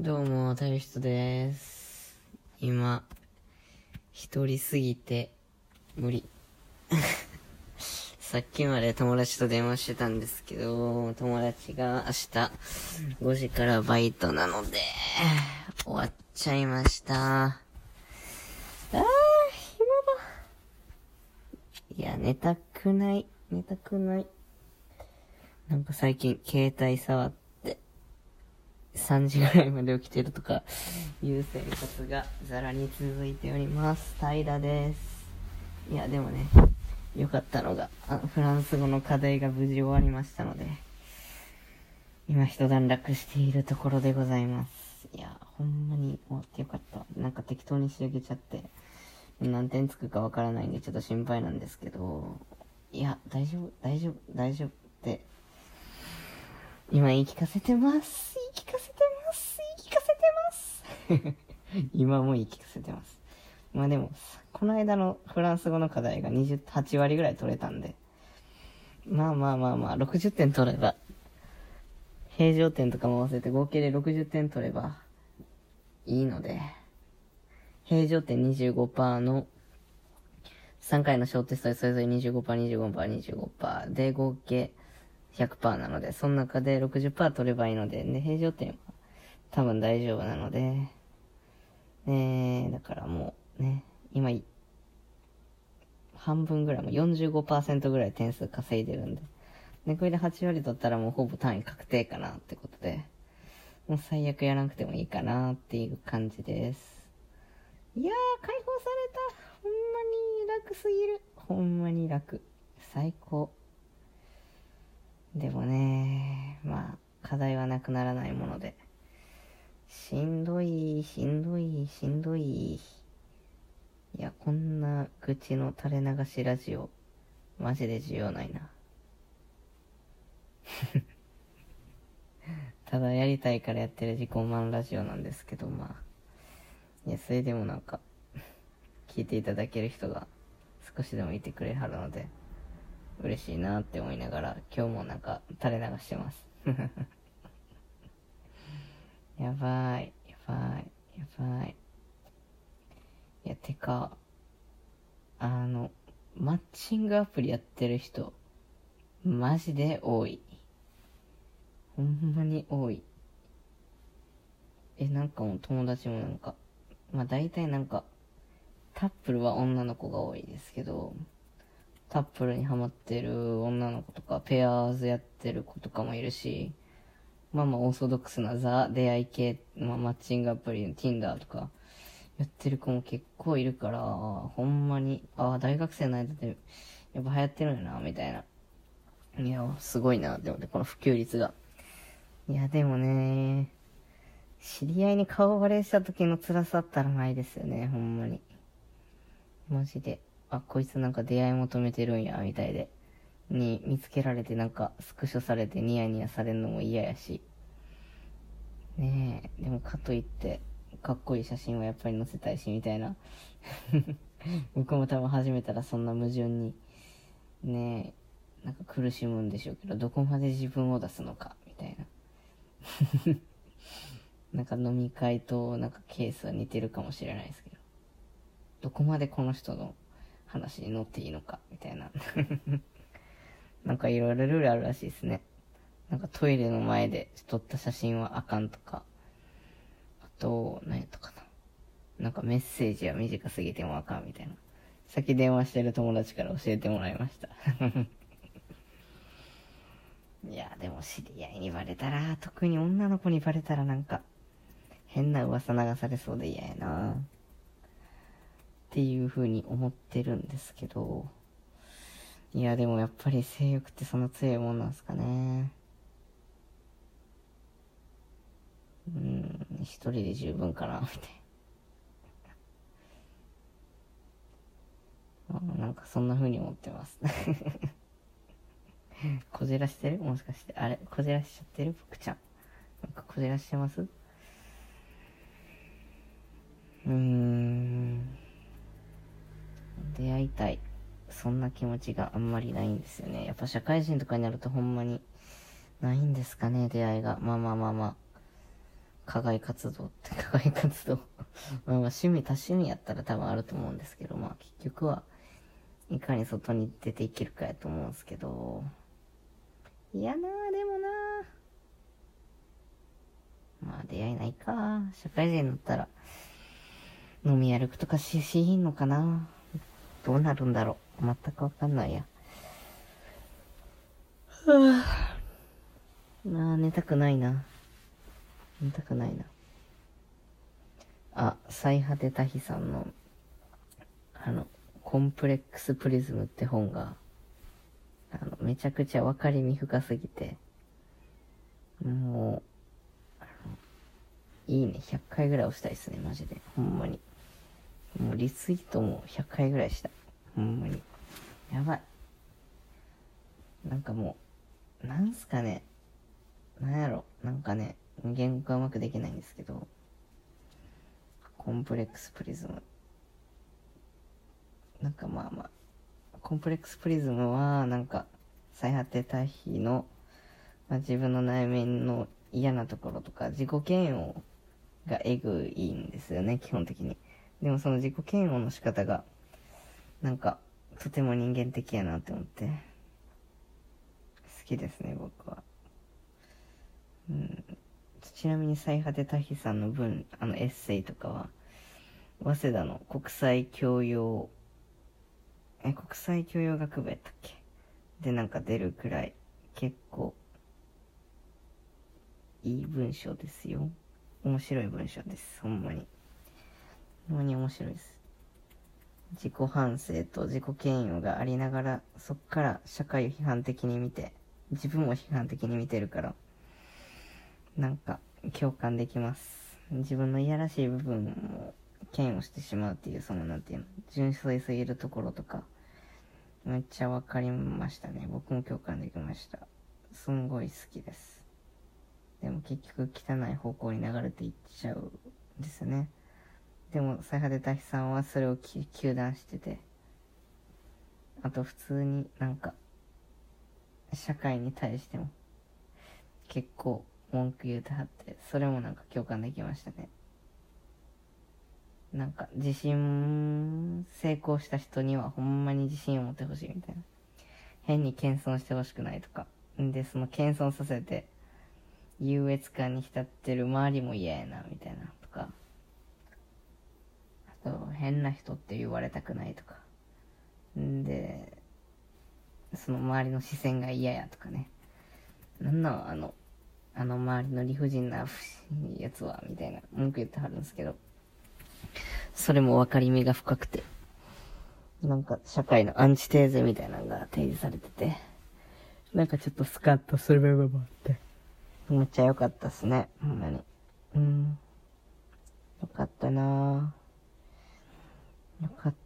どうも、たよひとです。今、一人すぎて、無理。さっきまで友達と電話してたんですけど、友達が明日5時からバイトなので、終わっちゃいました。暇だ。いや、寝たくない。なんか最近、携帯触って、3時ぐらいまで起きてるとかいう生活がざらに続いております。平です。いやでもね、良かったのがフランス語の課題が無事終わりましたので、今一段落しているところでございます。いやほんまに終わってよかった。なんか適当に仕上げちゃって何点つくかわからないんでちょっと心配なんですけど、いや大丈夫って今言い聞かせてます。今も言い聞かせてます。まあでも、この間のフランス語の課題が28割ぐらい取れたんで、まあ、60点取れば、平常点とかも合わせて合計で60点取ればいいので、平常点 25% の3回の小テストでそれぞれ 25% で合計 100% なので、その中で 60% 取ればいいので、平常点は多分大丈夫なので、だからもうね、今、半分ぐらい、もう 45% ぐらい点数稼いでるんで。で、これで8割取ったらもうほぼ単位確定かなってことで、もう最悪やらなくてもいいかなっていう感じです。いやー、解放された。ほんまに楽すぎる。ほんまに楽。最高。でもね、まあ、課題はなくならないもので。しんどい。いや、こんな愚痴の垂れ流しラジオ、マジで需要ないな。ただやりたいからやってる自己満ラジオなんですけど、まあ。いや、それでもなんか、聞いていただける人が少しでもいてくれはるので、嬉しいなって思いながら、今日もなんか垂れ流してます。やばい。いや、てか、マッチングアプリやってる人、マジで多い。ほんまに多い。なんかもう友達もなんか、まあ大体なんか、タップルは女の子が多いですけど、タップルにハマってる女の子とか、ペアーズやってる子とかもいるし、まあオーソドックスなザ出会い系、マッチングアプリの Tinder とか、やってる子も結構いるから、ほんまに、大学生の間で、やっぱ流行ってるんやな、みたいな。いや、すごいな、でもね、この普及率が。いや、でもね、知り合いに顔バレした時の辛さったらないですよね、ほんまに。マジで。こいつなんか出会い求めてるんや、みたいで。に見つけられてなんかスクショされてニヤニヤされるのも嫌やし。ねえ、でもかといって、かっこいい写真はやっぱり載せたいし、みたいな。僕も多分始めたらそんな矛盾に、ねえ、なんか苦しむんでしょうけど、どこまで自分を出すのか、みたいな。なんか飲み会となんかケースは似てるかもしれないですけど、どこまでこの人の話に乗っていいのかみたいな。なんかいろいろルールあるらしいですね。なんかトイレの前で撮った写真はあかんとか、あと何やったかな、なんかメッセージは短すぎてもあかんみたいな。さっき電話してる友達から教えてもらいました。いやでも知り合いにバレたら、特に女の子にバレたらなんか変な噂流されそうで嫌やなっていう風に思ってるんですけど、いやでもやっぱり性欲ってそんな強いもんなんすかね。一人で十分かなみたいな。なんかそんな風に思ってます。こじらしてる、もしかして。あれこじらしちゃってる僕ちゃん。なんかこじらしてます。出会いたい。そんな気持ちがあんまりないんですよね。やっぱ社会人とかになるとほんまにないんですかね、出会いが。まあ。 課外活動って課外活動まあ趣味、多趣味やったら多分あると思うんですけど、まあ結局はいかに外に出ていけるかやと思うんですけど、いやなぁ、でもなぁ、まあ出会いないか。社会人になったら飲み歩くとかしひんのかな。どうなるんだろう。全くわかんないや。寝たくないな。寝たくないな。最果てた日さんの、コンプレックスプリズムって本が、めちゃくちゃ分かりみ深すぎて、もう、いいね、100回ぐらい押したいっすね、マジで。ほんまに。もうリツイートも100回ぐらいした。ほんまに。やばい。なんかもう、なんすかね。なんやろ。なんかね、言語がうまくできないんですけど、コンプレックスプリズム。なんかまあ、コンプレックスプリズムは、なんか、最果てた日の、自分の内面の嫌なところとか、自己嫌悪がえぐいんですよね、基本的に。でもその自己嫌悪の仕方が、なんか、とても人間的やなって思って、好きですね、僕は。ちなみに最果てた日さんの文、エッセイとかは、早稲田の国際教養学部やったっけでなんか出るくらい、結構、いい文章ですよ。面白い文章です。ほんまに。ほんまに面白いです。自己反省と自己嫌悪がありながら、そっから社会を批判的に見て、自分も批判的に見てるから、なんか共感できます。自分のいやらしい部分を嫌悪してしまうっていう、そのなんていうの、純粋すぎるところとか、めっちゃわかりましたね。僕も共感できました。すんごい好きです。でも結局汚い方向に流れていっちゃうんですよね。でも最果てた日さんはそれを糾弾してて、あと普通になんか社会に対しても結構文句言うてはって、それもなんか共感できましたね。なんか成功した人にはほんまに自信を持ってほしいみたいな。変に謙遜してほしくないとか。で、その謙遜させて優越感に浸ってる周りも嫌やなみたいなとか。あと変な人って言われたくないとか。で、その周りの視線が嫌やとかね。なんなん周りの理不尽なやつはみたいな文句言ってはるんですけど、それも分かりみが深くて、なんか社会のアンチテーゼみたいなのが提示されてて、なんかちょっとスカッとする部分もあって、めっちゃ良かったっすね、ほんまに。よかったなぁ。よかった。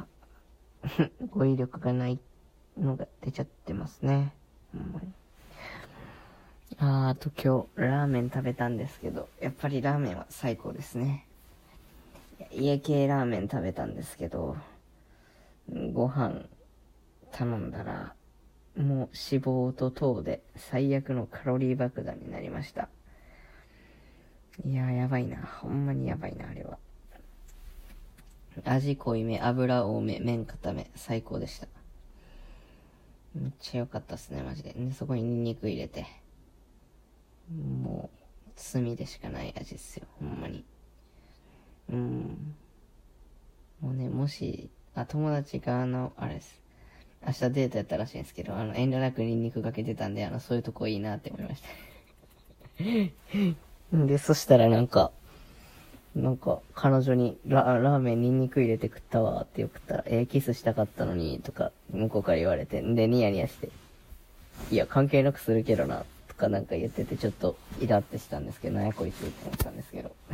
語彙力がないのが出ちゃってますね。ほんまに。あと今日ラーメン食べたんですけど、やっぱりラーメンは最高ですね。家系ラーメン食べたんですけど、ご飯頼んだら、もう脂肪と糖で最悪のカロリー爆弾になりました。いや、やばいな。ほんまにやばいな、あれは。味濃いめ、油多め、麺固め、最高でした。めっちゃ良かったっすね、マジで。で、そこにニンニク入れて。もう、罪でしかない味っすよ、ほんまに。もうね、もし、友達があれです。明日デートやったらしいんですけど、遠慮なくニンニクかけてたんで、そういうとこいいなって思いました。で、そしたらなんか、彼女にラーメンニンニク入れて食ったわって送ったら、キスしたかったのに、とか、向こうから言われて、で、ニヤニヤして、いや、関係なくするけどな、とかなんか言ってて、ちょっとイラってしたんですけど、なんやこいつって思ったんですけど。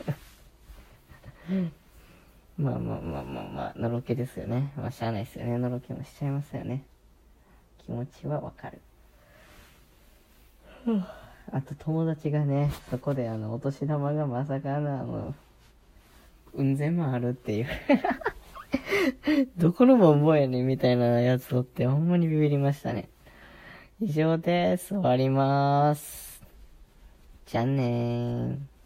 まあ、のろけですよね。まあ、しゃあないですよね。のろけもしちゃいますよね。気持ちはわかる。あと友達がね、そこでお年玉がまさかうん千万あるっていう。どこのボンボンやねんみたいなやつをってほんまにビビりましたね。以上です。終わりまーす。じゃあねー。